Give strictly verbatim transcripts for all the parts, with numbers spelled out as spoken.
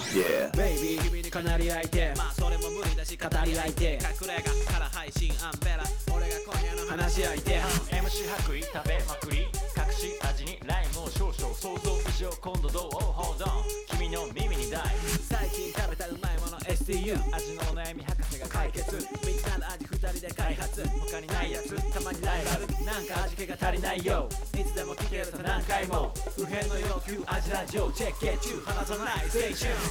Yeah Baby 君にかなり相手まあそれも無理だし語り相手隠れ家から配信アンベラ俺が今夜の話し相手エムシー 白衣食べまくり隠し味にライムを少々想像以上今度どう Hold on 君の耳に大最近食べたうまいもの エスティーユー味のお悩み博士が解決みんなの味二人で開発他にないやつたまにライバルなんか味気が足りないよいつでも聞けると何回も不変の要求味ラジオチェックゲッチュー離さないステーション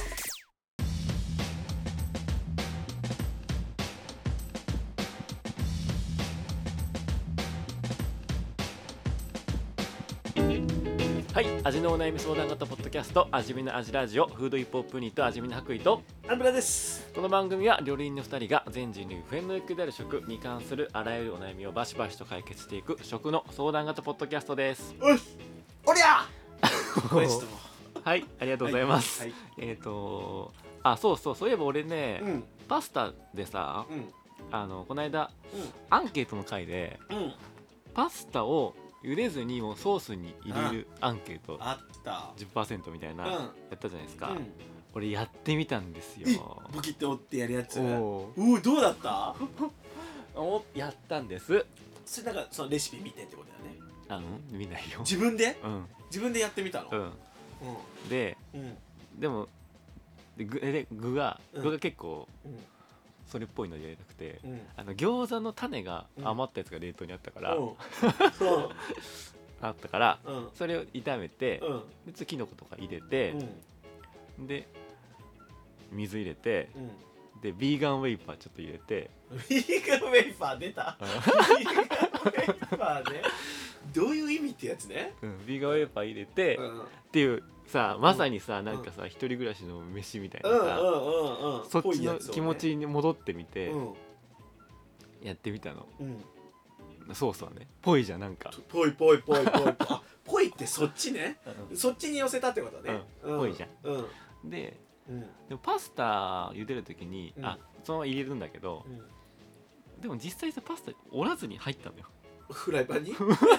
はい、味のお悩み相談型ポッドキャスト味見の味ラジオフードヒップホップユニット味見の白衣とアンブラです。 この番組は料理人のふたりが全人類不変の欲求である食に関するあらゆるお悩みをバシバシと解決していく食の相談型ポッドキャストです。 おいおりゃこれちょっともはい、ありがとうございます、 はいはいえっ、ー、とあ、そうそう、そういえば俺ね、 うんパスタでさ、 うんあのこの間アンケートの回でうんうんパスタを茹でずにもうソースに入れるアンケートあったじゅっパーセント みたいな、 うんやったじゃないですか、 うん俺やってみたんですえよ。 ボキって折ってやるやつおおーおどうだった？ おやったんです。 それなんかそのレシピ見てってことだよね。 あの見ないよ。 自分でうん自分でやってみたの？ うんでうんうんでもで具で具がうん具が結構うんそれっぽいの入れたくて、 うんあの餃子の種が余ったやつが冷凍にあったから、 うんあったからうんそれを炒めて、 うんで次キノコとか入れて、で水入れて、 うんでビーガンウェイパーちょっと入れて、 ビーガンウェイパー出た。ビーガンウェイパーね。どういう意味ってやつね。 うん、ビーガンウェイパー入れて、っうんていうさ、まさにさ、なんかさ一人暮らしの飯みたいなさ、 うんうんうんうん。 そっちのぽいやつをね気持ちに戻ってみて、 うんやってみたの。 うん。 ソースはねぽいじゃんなんか、 ぽいぽいぽいぽい。あ、ぽいってそっちね。そっちに寄せたってことね。 うんぽいじゃん。 うんでうんでもパスタ茹でるときに、 うんあそのまま入れるんだけど、 うん。 でも実際さパスタ折らずに入ったのよ。 フライパンに？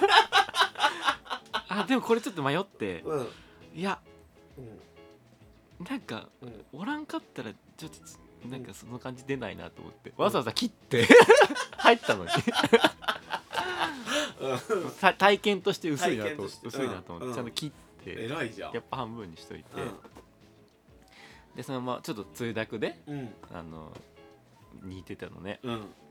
あでもこれちょっと迷ってうんいやうんなんかうん。 折らんかったらちょっとなんかその感じ出ないなと思ってわざわざ切って入ったのにた体験として薄いなと体験として薄いなと思って、 うんちゃんと切って偉いじゃん。 やっぱ半分にしといて、 うでそのままちょっとつゆだくでんうんあの煮てたのね。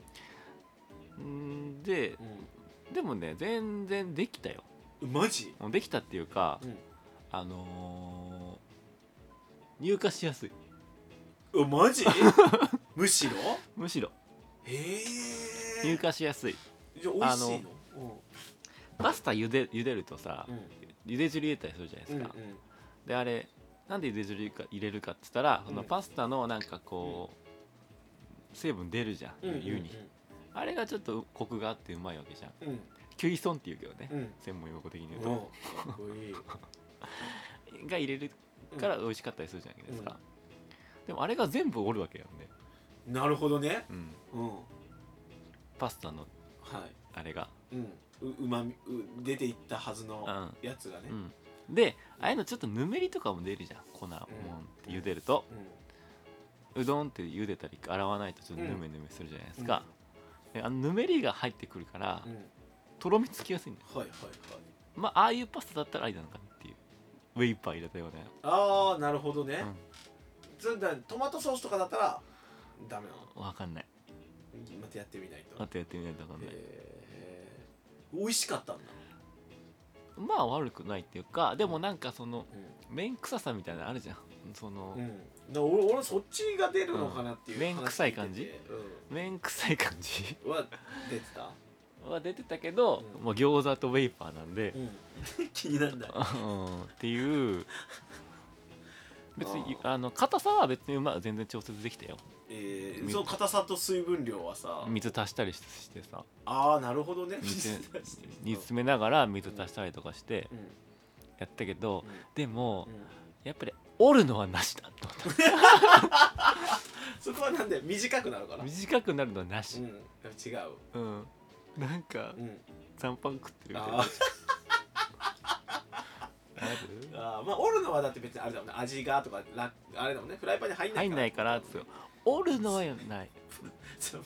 うんんででもね全然できたよ。 うん。マジ？ できたっていうか、 うん。 あのー、入荷しやすい。 うマジ？むしろ？ むしろへえ。 入荷しやすい。 じゃあ美味しいの？ パスタ茹で茹でるとさ、 うん茹で汁入れたりするじゃないですか、であれなんで茹で汁か入れるかって言ったら、 うんそのパスタのなんかこう、成分出るじゃん、 うんうん湯にあれがちょっとコクがあってうまいわけじゃん。 うんキュイソンっていうけどね、 うん専門用語的に言ううん。おとかっこいい。 が入れるから美味しかったりするじゃないですか、でもあれが全部折るわけやんね、 なるほどね。 うん、 うん。 パスタのはい。 あれが、 うん。ううまみう出ていったはずのうんやつがね。 うん、でああいうのちょっとぬめりとかも出るじゃん、粉もんって茹でると、うどんって茹でたり洗わないとちょっとぬめぬめするじゃないですか、であのぬめりが入ってくるから、 うん。 とろみつきやすいんだよ。 はいはいはい。 まあああいうパスタだったらありなのかなっていう、ウェイパー入れたようああなるほどね。 な、 それだトマトソースとかだったらダメなの。 うん、分かんない、 またやってみないと。 あとやってみないと分かんない、 えー、美味しかったんだ。 まあ悪くないっていうか、でもなんかそのう麺臭さみたいなのあるじゃん、その、 ん。うん。だ俺俺そっちが出るのかなっていう話聞いてて。 うん麺臭い感じう麺臭い感じん。は出てた。 は出てたけど、 うんもう餃子とウェイパーなんで、 うん。気になるんだ。 うんっていう別にああの硬さは別にうまい全然調節できたよ。 えー、 水その硬さと水分量はさ。 水足したりししてさ、 ああなるほどね。 水うん煮詰めながら水足したりとかしてうんやったけど、 うんでもうんやっぱり折るのはなしだと思っそこはなんで短くなるかた。 な。 短くなるのはなし、 うん、違う。 うん、なんかうん。 残飯食ってるみたいあな。 あるあーまあ折るのはだって別にあれだもんね、味がとかラあれだもんね、フライパンに入んない入んないからっつって折るのはないそう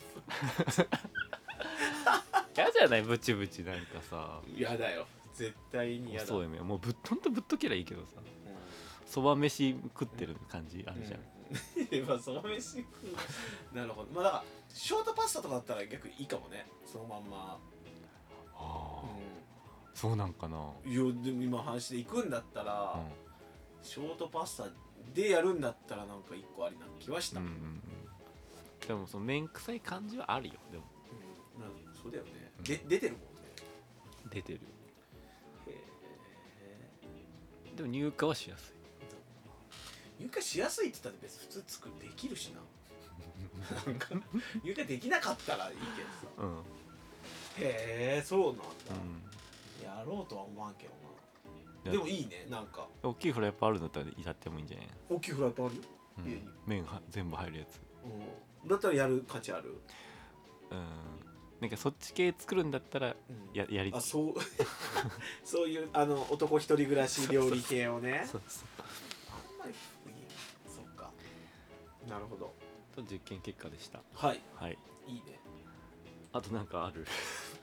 嫌じゃないブチブチなんかさ嫌だよ絶対に嫌だ。 そうよねもうぶっとんとぶっとけりゃいいけどさそば飯食ってる感じあるじゃん、 うん、まあそば飯食うなるほど。まあだからショートパスタとかだったら逆にいいかもね、そのまんま。 ああ、 うそうなんかな、 ん、いやでも今話で行くんだったら、 うんショートパスタでやるんだったらなんか一個ありな気はした。 うんうんうん、でもその面臭い感じはあるよでもうん、なんかそうだよね、 うんで出てるもんね。 出てる。 へでも入荷はしやすい。 ー入荷しやすいって言ったら別に普通作るできるしななんか入荷できなかったらいいけどさ。 うん、うん、 へえそうなんだ、やろうとは思わんけどな。でもいいね、なんか大きいフライパンあるんだったらやってもいいんじゃない、 大きいフライパンあるよ、 うん家に、 麺は全部入るやつ。 うん、だったらやる価値ある。 うんなんかそっち系作るんだったらうんややりあそうそういうあの男一人暮らし料理系をね。 そうそうあんまりいいそっかなるほど。 と実験結果でした。 はいはい。 いいね。 あとなんかある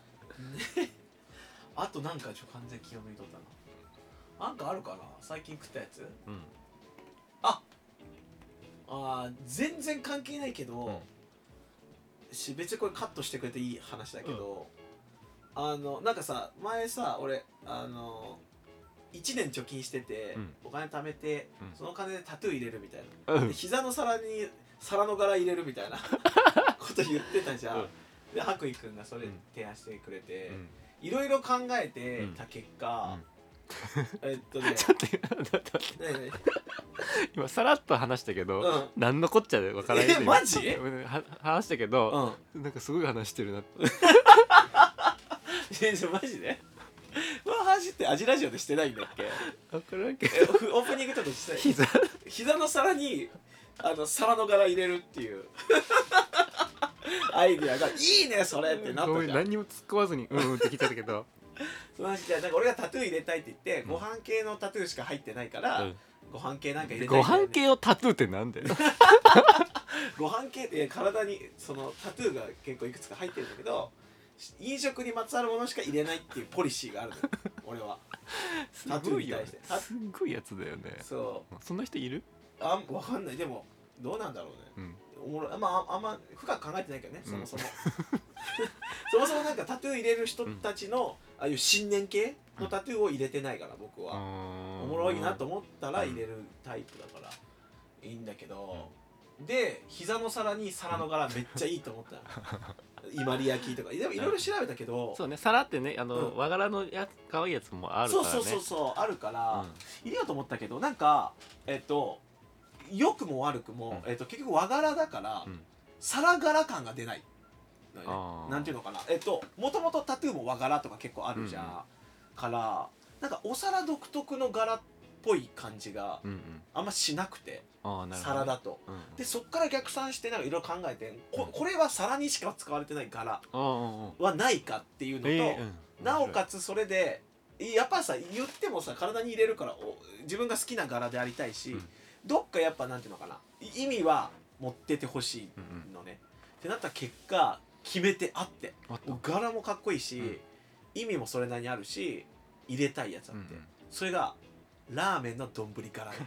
あとなんかちょ完全気を抜いとったな。なんかあるかな最近食ったやつ。 うんああー全然関係ないけど、 うんし別にこれカットしてくれていい話だけど、あのなんかさ前さ俺あのいちねん貯金してて、 うんお金貯めて、 うんその金でタトゥー入れるみたいな、 うんで膝の皿に皿の柄入れるみたいなこと言ってたじゃん、 うんで白衣くんがそれうん提案してくれて、 うんいろいろ考えてた結果、えっとねちょっと待って待って何々 今さらっと話したけど、 うん何のこっちゃで分からないえマジうんは話したけど、 うんなんかすごい話してるなってえマジでこの話ってアジラジオでしてないんだっけ。 分からんけえオープニングとかしてない。 膝膝の皿にあの皿の柄入れるっていうアイディアがいいねそれってなったじゃん。 ごめん何にも突っ込まずにうんうんって聞いちゃったけど、 その話じゃなんか俺がタトゥー入れたいって言って、 うんご飯系のタトゥーしか入ってないから、 うんご飯系なんか入れたいごんだよね、 飯系をタトゥーってなんでご飯系って体にそのタトゥーが結構いくつか入ってるんだけど、飲食にまつわるものしか入れないっていうポリシーがあるのよ俺は。 すタトゥごいよねーに対してすっごいやつだよね。 そうそんな人いる？ あんわかんない。でもどうなんだろうね。 うんおもろいあんまああんま深く考えてないけどね、 うんそもそもそもそもなんかタトゥー入れる人たちの、ああいう信念系のタトゥーを入れてないから僕は、おもろいなと思ったら入れるタイプだからいいんだけど、で膝の皿に皿の柄めっちゃいいと思ったの伊万里焼きとかでもいろいろ調べたけど、 そうね皿ってねあの、 うん和柄のやつ可愛いやつもあるからね。 そうそうそうそうあるから、 うん入れようと思ったけどなんかえっと良くも悪くも、 うんえっと、結局和柄だから、 うん皿柄感が出ないのよねあーなんていうのかなえっともともとタトゥーも和柄とか結構あるじゃん、 うんうんからなんかお皿独特の柄っぽい感じがうんうんあんましなくて、 ああなるほど、 皿だとうんうん、 でそっから逆算してなんかいろいろ考えてここれは皿にしか使われてない柄ああああはないかっていうのと、 えーうん、 なおかつそれでやっぱさ言ってもさ体に入れるからお自分が好きな柄でありたいし、 うんどっかやっぱなんていうのかない意味は持っててほしいうんのね、ってなった結果決めてあってあったもう柄もかっこいいし、 うん意味もそれなりにあるし入れたいやつあって、 うんうんそれがラーメンの丼柄ね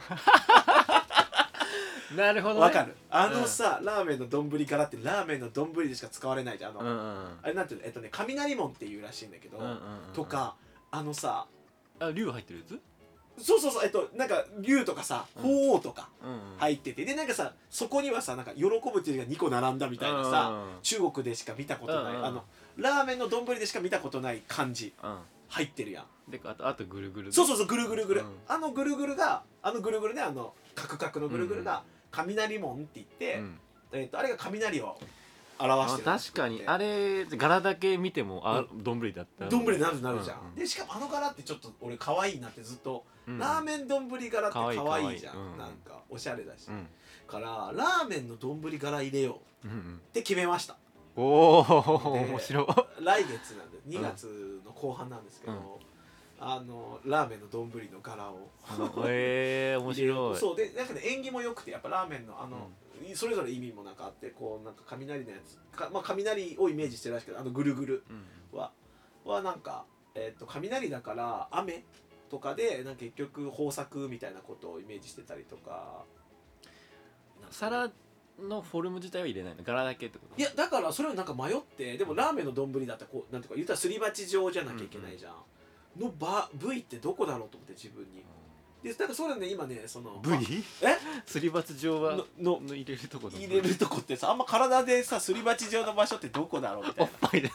なるほどねわかるあのさ、ラーメンの丼柄ってラーメンの丼でしか使われないじゃんあの、 うんうんうんあれなんていうのえっとね雷門っていうらしいんだけど、 うんうんうんとかあのさあ竜入ってるやつそうそうそうえっとなんか竜とかさうん鳳凰とかうんうん入っててでなんかさそこにはさなんか喜ぶっていうのがにこ並んだみたいなさ中国でしか見たことないうんうんあのラーメンの丼でしか見たことない感じうん入ってるやんであとあとぐるぐるそうそうそうぐるぐるぐる、 うんあのぐるぐるがあのぐるぐるねあのカクカクのぐるぐるが雷門って言って、 うんえっとあれが雷を表しあてる確かにあれ柄だけ見てもあ丼だった丼になるなるじゃん、 うんうんでしかもあの柄ってちょっと俺可愛いなってずっと、 うんラーメン丼柄って可愛いじゃん可愛い可愛いうんなんかおしゃれだし、 うんからラーメンの丼柄入れよううんうんって決めましたおおで面白い来月なんでにがつの後半なんですけど、 うんあのラーメンの丼の柄をえー、面白い。 そうでなんかね縁起も良くてやっぱラーメンのあの、うん、それぞれ意味もなんかあってこうなんか雷のやつか、まあ、雷をイメージしてるらしくてあのぐるぐるは、うん、はなんか、えー、と雷だから雨とかでなんか結局豊作みたいなことをイメージしてたりとか。 皿のフォルム自体は入れないの、柄だけってこと？ いやだからそれをなんか迷ってでもラーメンの丼だったらこうなんていうか言ったらすり鉢状じゃなきゃいけないじゃん、うんうん、のば部位ってどこだろうと思って自分に、うん、でなんかそれね今ねその部位えすり鉢状はのの入れるとこ入れるとこってさあんま体でさすり鉢状の場所ってどこだろうみたいな。 おっぱいで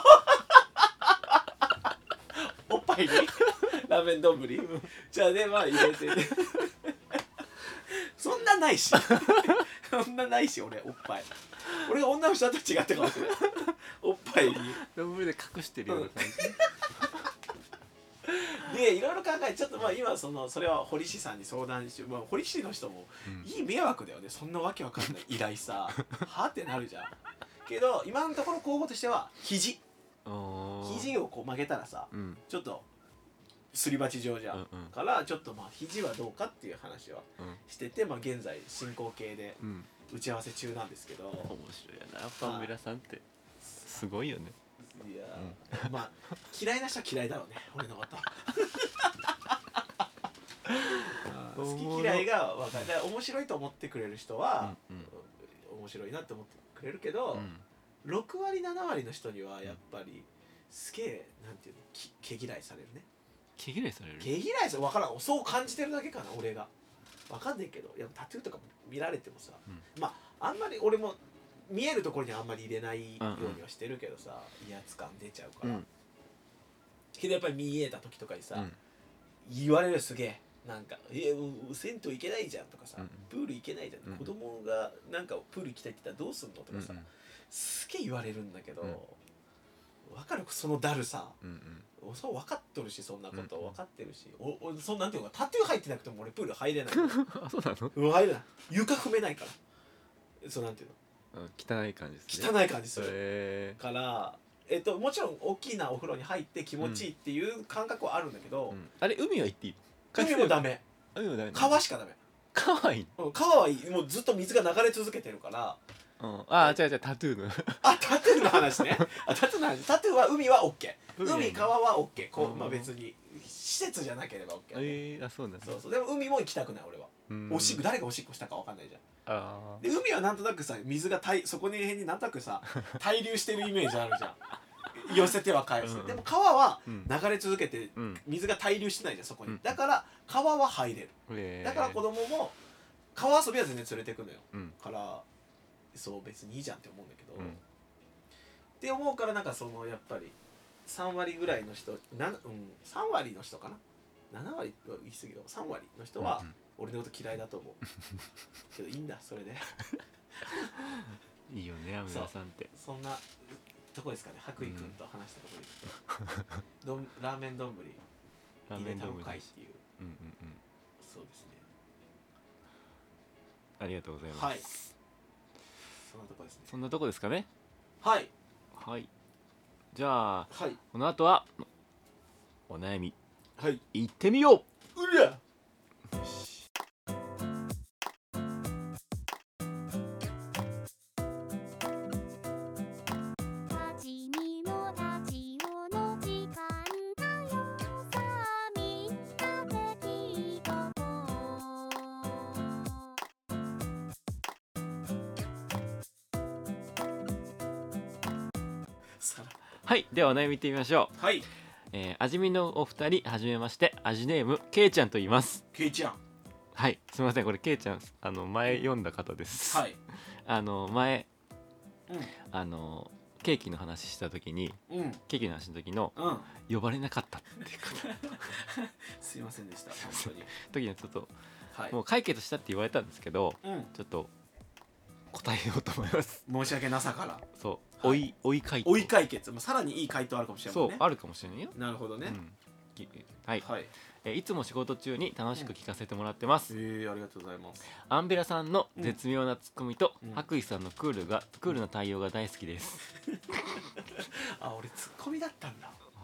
おっぱいにラーメン丼じゃあねまあ入れてねそんなないしそんなないし俺おっぱい俺が女の人だと違ったかもしれないおっぱいに丼で隠してるような感じ、でいろいろ考えちょっとまあ今そのそれは堀師さんに相談して、まあ、堀師の人もいい迷惑だよね、そんなわけわかんない依頼さはってなるじゃんけど今のところ候補としては肘肘をこう曲げたらさ、うん、ちょっとすり鉢状じゃん、うんうん、からちょっとまあ肘はどうかっていう話はしてて、うん、まあ現在進行形で打ち合わせ中なんですけど、うん、面白いやなパンベラさんってすごいよね。 いや、うん、まあ嫌いな人は嫌いだろうね俺のこと好き嫌いが分かる。だから面白いと思ってくれる人は、うんうん、面白いなって思ってくれるけど、うん、ろくわりななわりの人にはやっぱりすげえなんていうの毛嫌いされるね。 毛嫌いされる毛嫌いされる分からんそう感じてるだけかな俺が分かんないけどいやタトゥーとかも見られてもさ、うん、まああんまり俺も見えるところにはあんまり入れないようにはしてるけどさ、うんうん、威圧感出ちゃうから、うん、けどやっぱり見えた時とかにさ、うん、言われるすげえなんか「え銭湯行けないじゃん」とかさ、うん、プール行けないじゃん、うん、子供がなんかプール行きたいって言ったらどうすんのとかさ、うんうん、すげえ言われるんだけど、うん、分かるそのだるさ、うんうん、そう分かっとるしそんなこと分かってるし、うんうん、おおそんなんていうのかタトゥー入ってなくても俺プール入れないあそうなの？ うん、入れない床踏めないからそうなんていうの汚い感じですね。汚い感じするから、えっと、もちろん大きなお風呂に入って気持ちいいっていう感覚はあるんだけど、うんうん、 あれ海は行っていい？ 海もダメ。 海もダメ。 川しかダメ。 川いい、 うん、川はいいもうずっと水が流れ続けてるから、 うん、ああ違う違うタトゥーのあタトゥーの話ねあタトゥーの話タトゥーは海は OK 海川は OK こう、まあ、別に施設じゃなければ OK えー、あそうなんだ。 そうそうでも海も行きたくない俺はおしっこ誰がおしっこしたか分かんないじゃん。あで海はなんとなくさ水がたいそこに辺になんとなくさ滞留してるイメージあるじゃん寄せては返す、うん、でも川は流れ続けて水が滞留してないじゃんそこに、うん、だから川は入れる、うん、だから子供も川遊びは全然連れてくのよ、うん、からそう別にいいじゃんって思うんだけど、うん、って思うからなんかそのやっぱりさんわりぐらいの人な、うん、さんわりの人かなななわりは言い過ぎどさんわりの人は、うんうん俺のこと嫌いだと思うけどいいんだそれでいいよねアムラさんってそんなとこですかね白衣くんと話したところで、うん、ラーメン丼入れたのかいっていう、うんうんうん、そうですねありがとうございます、 はい、そんなとこですねそんなとこですかねはいはいじゃあ、 はい、 この後はお悩みはい行ってみよううりゃよしはいではお悩み見てみましょうはい、 えー、味見のお二人はじめまして味ネームけいちゃんと言いますけいちゃんはいすみませんこれけいちゃんあの前読んだ方ですはいあの前、 うん、 あのケーキの話した時に、 うん、 ケーキの話の時の、うん、呼ばれなかったっていう方すいませんでした本当に時にはちょっと、 はい、 もう解決したって言われたんですけど、 うん、 ちょっと答えようと思います申し訳なさからそう追い追い解決追い解決、まあ、さらにいい回答あるかもしれない、ね、 そうあるかもしれないよなるほどね、うんはい、はいえー、いつも仕事中に楽しく聞かせてもらってます、 うん、えー、ありがとうございます。 アンベラさんの絶妙なツッコミと、うん、白衣さんのクールがクールな対応が大好きですあ、俺ツッコミだったんだ。 あ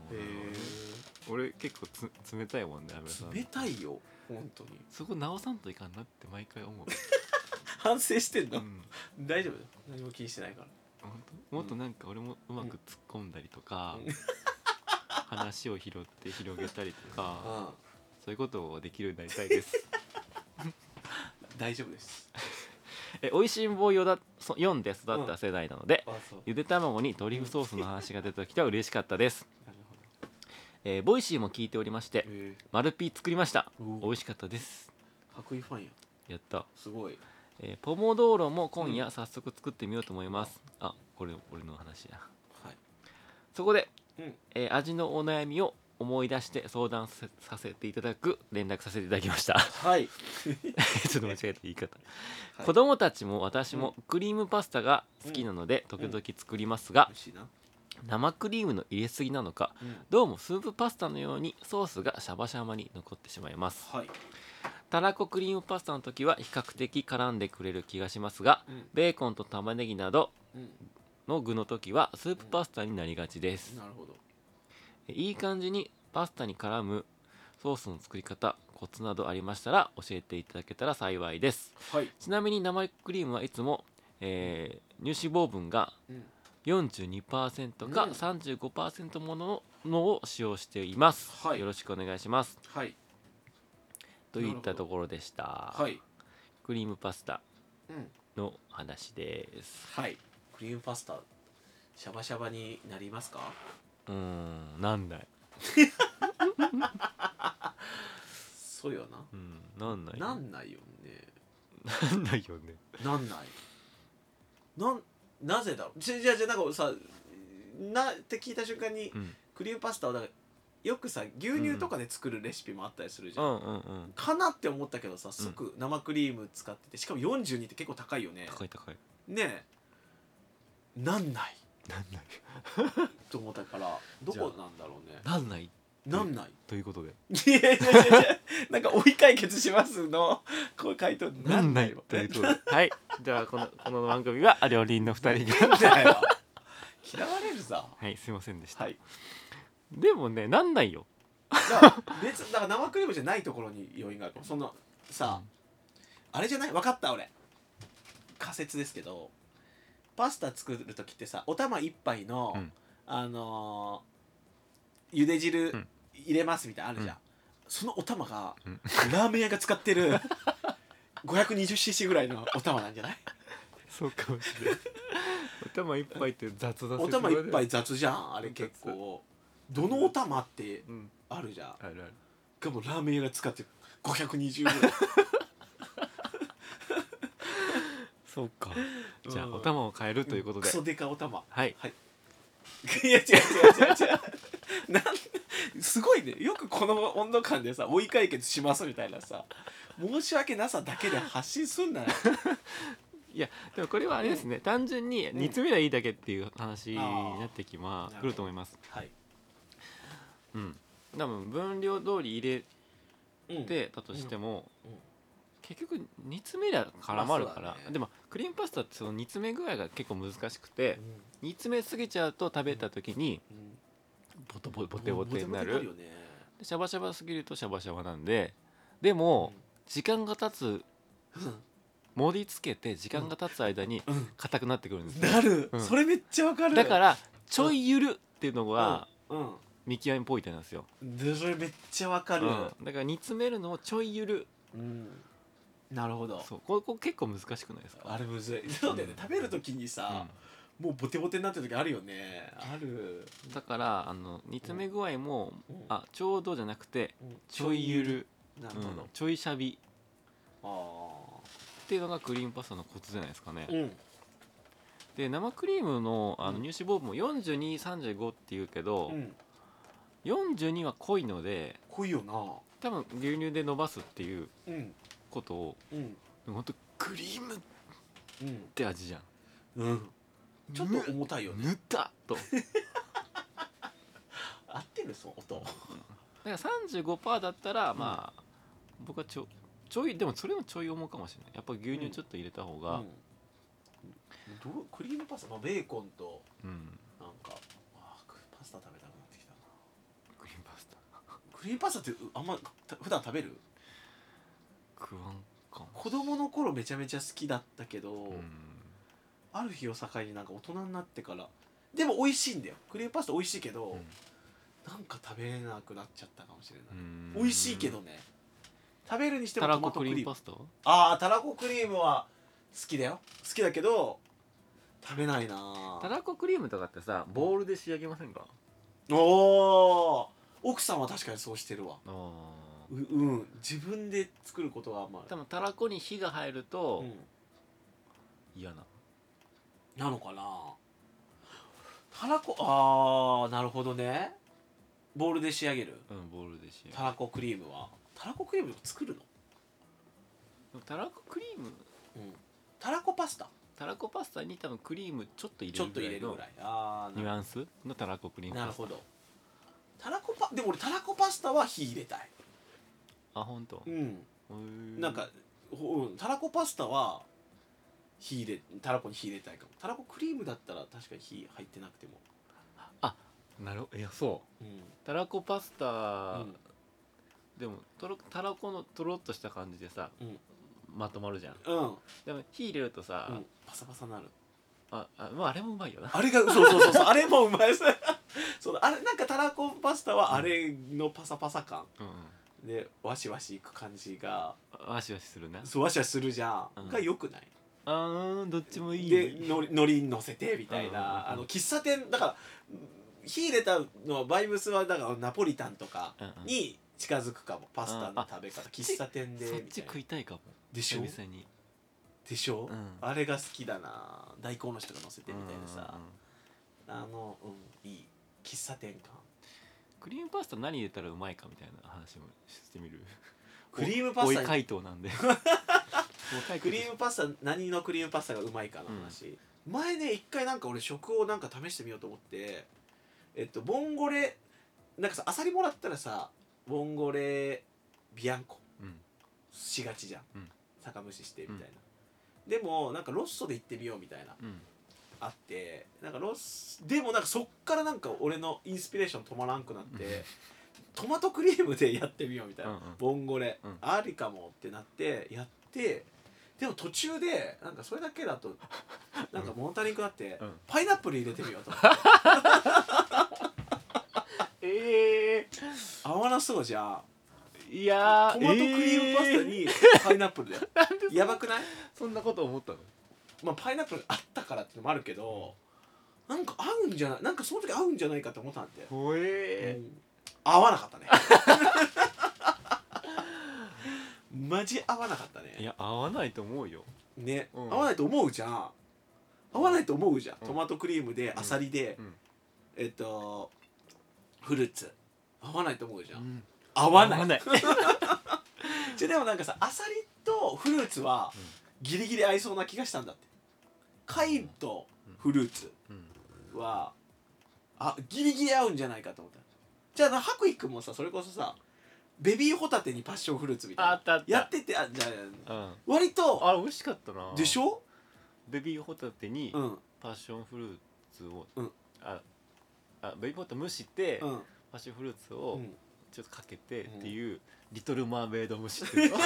へ俺結構つ冷たいもんね安倍さんえ冷たいよ本当にそこ直さんといかんなって毎回思う、 反省してんの、 うん、 大丈夫だよ何も気にしてないから本当もっとなんか俺もうまく突っ込んだりとか、 うん話を拾って広げたりとかああそういうことをできるようになりたいです大丈夫ですえおいしんぼよだそ読んで育った世代なので、 あそうゆで卵にトリュフソースの話が出た時は嬉しかったです、 なるほどえーボイシーも聞いておりましてへマルピー作りましたえお美味しかったです。 白衣ファンややった、 すごいえーポモドーロも今夜早速作ってみようと思います、あこれ俺の話や。 はいそこで、 うんえー味のお悩みを思い出して相談させさせていただく連絡させていただきましたはいちょっと間違えた言い方、 はい子供たちも私もクリームパスタが好きなので時々作りますが美、味しいな生クリームの入れすぎなのかうんどうもスープパスタのようにソースがシャバシャバに残ってしまいます。 はいたらこクリームパスタの時は比較的絡んでくれる気がしますが、 うんベーコンと玉ねぎなどうんの具の時はスープパスタになりがちです。 なるほどいい感じにパスタに絡むソースの作り方コツなどありましたら教えていただけたら幸いです。 はいちなみに生クリームはいつも、えー乳脂肪分がうんよんじゅうにパーセント かうんさんじゅうごパーセント もののを使用しています、 はいよろしくお願いしますはいといったところでした。 はいクリームパスタうんの話です。 はいクリームパスタシャバシャバになりますかうーんなんないそうよなうんなんないなんないよねなんないよねなんないなんなぜだろうじゃじゃじゃなんかさなって聞いた瞬間にうんクリームパスタはだからよくさ牛乳とかで作るレシピもあったりするじゃん、 うんうんうんかなって思ったけどさ即生クリーム使っててしかもよんじゅうにって結構高いよね高い高いねえなんないなんないと思ったからどこなんだろうねなんないなんないということでいやいやいやいやなんか追い解決しますのこう回答なんないわということではいじゃあこのこの番組は料理人のふたりがなんだよ嫌われるさはいすいませんでした、 はいでもねなんないよだから別だから生クリームじゃないところに要因があるかもそのさ、あれじゃない分かった俺仮説ですけどパスタ作る時ってさお玉一杯の、 うんあのー、茹で汁うん入れますみたいなのあるじゃん、 うんそのお玉が、 うんラーメン屋が使ってる ごひゃくにじゅうシーシー ぐらいのお玉なんじゃないそうかもしれないお玉一杯って雑だお玉一杯雑じゃんあれ結構どのお玉ってうんあるじゃんあるあるかもラーメン屋が使ってるごひゃくにじゅうぐらいそうかじゃあうんお玉を変えるということでクソデカお玉はいいや違う違う違う違うなんすごいねよくこの温度感でさ追い解決しますみたいなさ申し訳なさだけで発信すんなよいやでもこれはあれですね、単純に煮詰めりゃいいだけっていう話になってきまあーくると思います。 はいうん多分分量通り入うんれてたとしても、 うんうん結局煮詰めりゃ絡まるから、 まあそうだねでもクリームパスタってその煮詰め具合が結構難しくて、煮詰めすぎちゃうと食べた時にうんうんボトボボテボテになるボテボテよねでシャバシャバすぎるとシャバシャバなんで、でも時間が経つ盛り付けて時間が経つ間にうん硬くなってくるんですよ、 なる、 うんそれめっちゃわかるだからちょいゆるっていうのがうん見極めポイントなんですよ、 でそれめっちゃわかるうん、だから煮詰めるのをちょいゆる、 うんなるほどそうこれこれ結構難しくないですか？ あれむずいそうだよね、食べる時にさ、もうボテボテになってる時あるよねある、 うん、だからあの煮詰め具合も、 うんあちょうどじゃなくてうんちょいゆる、うんなるほど、 ちょいしゃびあっていうのがクリームパスタのコツじゃないですかね、 あうんで生クリームのあのうん乳脂肪分もよんじゅうに、さんじゅうごっていうけど、 うんよんじゅうには濃いので濃いよな多分牛乳で伸ばすっていううんことをうん本当クリームっうんて味じゃん、 うんちょっと重たいよねぬったと合ってるその音だから さんじゅうごパーセント だったら、まあ僕はちょちょいでもそれもちょい重かもしれないやっぱ牛乳ちょっと入れた方が、 うんどうクリームパスタ、まあ、ベーコンとうんなんかあーパスタ食べたくなってきたなクリームパスタってあんまた普段食べる？ 食わんかも。 子供の頃めちゃめちゃ好きだったけど、 うんある日を境になんか大人になってからでも美味しいんだよ。クリームパスタ美味しいけど、なんか食べれなくなっちゃったかもしれない、 うん美味しいけどね。食べるにしてもたらこクトマトクリームリームパスタはああたらこクリームは好きだよ。好きだけど食べないな。 たらこクリームとかってさボウルで仕上げませんか？ おお奥さんは確かにそうしてるわ。 あううん自分で作ることがあんま多分たらこに火が入るり、 とうん、 嫌な。 なのかな。たらこああなるほどね。ボウルで仕上げるうんボウルで仕上げる。 たらこクリームはたらこクリーム作るの？ でもたらこクリームうんたらこパスタたらこパスタに多分クリームちょっと入ちょっとれるぐらいの入れるぐらい。ああニュアンスのたらこクリームパスタ。 なるほど。たらこパでも俺たらこパスタは火入れたい。 あ本当。 うんへーなんかほうんたらこパスタは火入れたらこに火入れたいかも。たらこクリームだったら確かに火入ってなくても。 なるいやそううんたらこパスタ、 うんでもとろたらこのとろっとした感じでさ、 うんまとまるじゃん。 うんでも火入れるとさ、 うんパサパサなる。 ああまああれもうまいよな。 あれがそうそうそうそうあれもうまいですそうだあれなんかたらこパスタはあれのパサパサ感うんでわしわしいく感じがうんわしわしするね。 そうわしわしするじゃん、 うんがよくない？ あーどっちもいい。 でのりのり乗せてみたいうんうんうんなあの喫茶店だから火入れたのはバイブスはだからナポリタンとかに近づくかも。パスタの食べ方喫茶店でそっちみたいな食いたいかも。 でしょ久々に。 でしょ、 うんあれが好きだな。大根おろしとか乗せてみたいなさ、 うんうんうんあのうんいい喫茶店感。 クリームパスタ何入れたらうまいかみたいな話もしてみる。 クリームパスタにおい回答なんでクリームパスタ何のクリームパスタがうまいかの話、前ね一回なんか俺食をなんか試してみようと思ってえっとボンゴレなんかさアサリもらったらさボンゴレビアンコうんしがちじゃん、 うん酒蒸ししてみたいな、でもなんかロッソで行ってみようみたいなうんあってなんかロスでもなんかそっからなんか俺のインスピレーション止まらんくなってトマトクリームでやってみようみたいな、 うんうんボンゴレ、 うんありかもってなってやってでも途中でなんかそれだけだとなんか物足りんくなって、 うんパイナップル入れてみようと思ってええ合わなそうじゃんいやートマトクリームパスタえにパイナップルだよ、 ーやばくない？ そんなこと思ったの？ まあパイナップルがあったからっていうのもあるけどなんか合うんじゃないなんかその時合うんじゃないかと思ったんで、 ほえうん合わなかったねマジ合わなかったね。 ーいや合わないと思うよ。 ね、 うん合わないと思うじゃん合わないと思うじゃん、 うんトマトクリームでアサリで、 うんえっとフルーツ合わないと思うじゃん、 うん合わない合わないじゃでもなんかさアサリとフルーツはうんギリギリ合いそうな気がしたんだって。貝とフルーツうんはあギリギリ合うんじゃないかと思った。じゃあ白衣くんもさそれこそさベビーホタテにパッションフルーツみたいなあったあったやっててあじゃあうん割とあれ美味しかったな。 でしょ？ ベビーホタテにうんパッションフルーツを、 うんああベビーホタテ蒸して、 うんパッションフルーツうをんちょっとかけてうんっていう、リトルマーメイド蒸しっていうの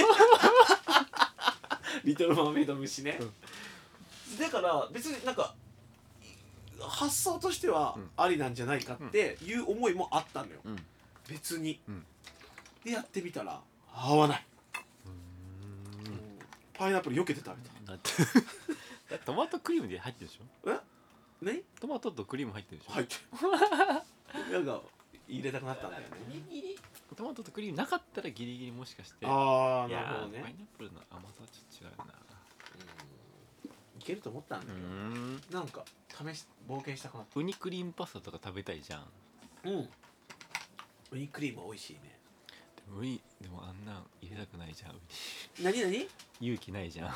リトルマーメイド虫ね、だから別になんか発想としてはうんありなんじゃないかっていう思いもあったのよ、 うん別に、 うんでやってみたら合わない、 うーんパイナップル避けて食べだってだってトマトクリームで入ってるでしょ。 たねトマトとクリーム入ってるでしょ。 入ってるなんか入れたくなったんだよね。 ギリギリトマトとクリームなかったらギリギリもしかしてああいやーなるほどねパイナップルの甘さはちょっと違うな。 うんいけると思ったんだうけんどなんか試し冒険したくなっウニクリームパスタとか食べたいじゃん。 た。うんウニクリーム美味しいね。 でもウニでもあんなん入れたくないじゃん。ウニ何何勇気ないじゃん。 あ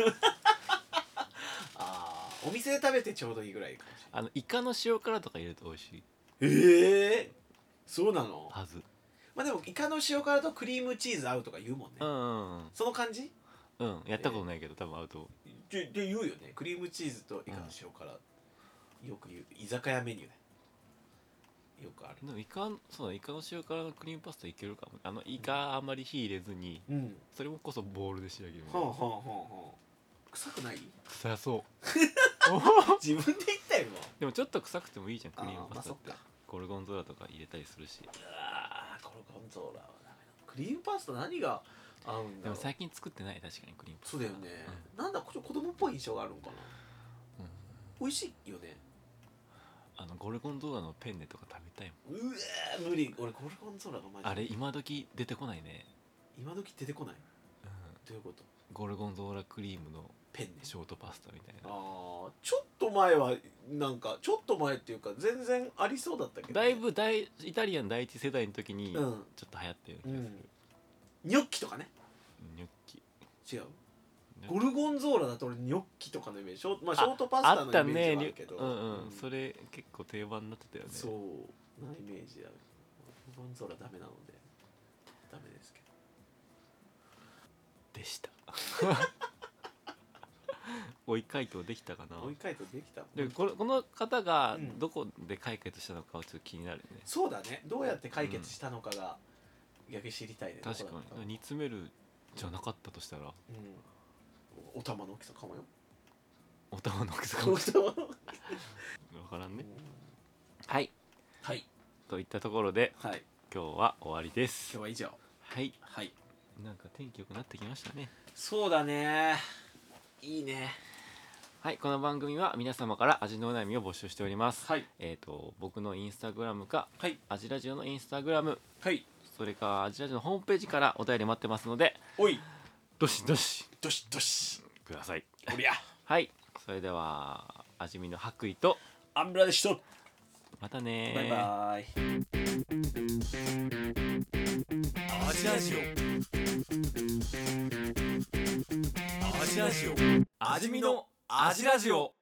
あお店で食べてちょうどいいぐらいかもしあのイカの塩辛とか入れると美味しいれない。ええそうなの？ はず。 まあでもイカの塩辛とクリームチーズ合うとか言うもんね、 うんうんその感じうんうんやったことないけど、多分合うと。 でで言うよね。クリームチーズとイカの塩辛、よく言う居酒屋メニューね。 よくある。 でもイカそうだイカの塩辛のクリームパスタいけるかも。あのイカあんまり火入れずに、 うん。 それもこそボウルで仕上げるみたはいあはな。 あはあはあ。臭くない？ 臭そう自分で言ったよ今。 でもちょっと臭くてもいいじゃんクリームパスタって、 あーまあそっか。 ゴルゴンゾーラとか入れたりするし。 ああ、ゴルゴンゾーラはダメだ。クリームパスタ何が合うんだろう。 でも最近作ってない確かにクリームパスタ。 そうだよね。なんだ、ちょっと子供っぽい印象があるのかな。 うん、うん、 美味しいよね。 あのゴルゴンゾーラのペンネとか食べたいもん。 うえー無理。俺ゴルゴンゾーラがマジで。 あれ今時出てこないね。 今時出てこない。 うん、 どういうこと？ ゴルゴンゾーラクリームのペンネ。 ショートパスタみたいな。 ああ、ちょっと前はなんかちょっと前っていうか全然ありそうだったけど、ね、 だいぶ大イタリアン第一世代の時にちょうんっと流行ってる気がする、 ニョッキとかね。 ニョッキ違う。ゴルゴンゾーラだと俺ニョッキとかのイメージ、ショート、まあ、ショートパスタのイメあったージはあねるけど、 うんうん、 うんそれ結構定番になってたよね。 そうなイメージだ。ゴルゴンゾーラダメなのでダメですけどでした追い回答できたかな。 追い回答できた。 でこのこの方がうんどこで解決したのかはちょっと気になるね、 そうだね、どうやって解決したのかが逆に知りたいね。 確かどこだったに煮詰めるじゃなかったとしたらうん、お玉の大きさかもよ。 お玉の大きさかもおしれ玉のないわからんね。 うんはいはいといったところではい、 今日は終わりです。 今日は以上。 はい、 はい、 なんか天気良くなってきましたね。 そうだね、いいね。 はい、この番組は皆様から味のお悩みを募集しております。 はいえっ、と僕のインスタグラムかはいアジラジオのインスタグラム、 はい、 それかアジラジオのホームページからお便り待ってますので、 おいどしどしどしどしください。 おりゃはい、それでは味見の白衣とアンブラでした。 またねー。 バイバイ。 アジラジオアジラジオ味見のアジラジオ。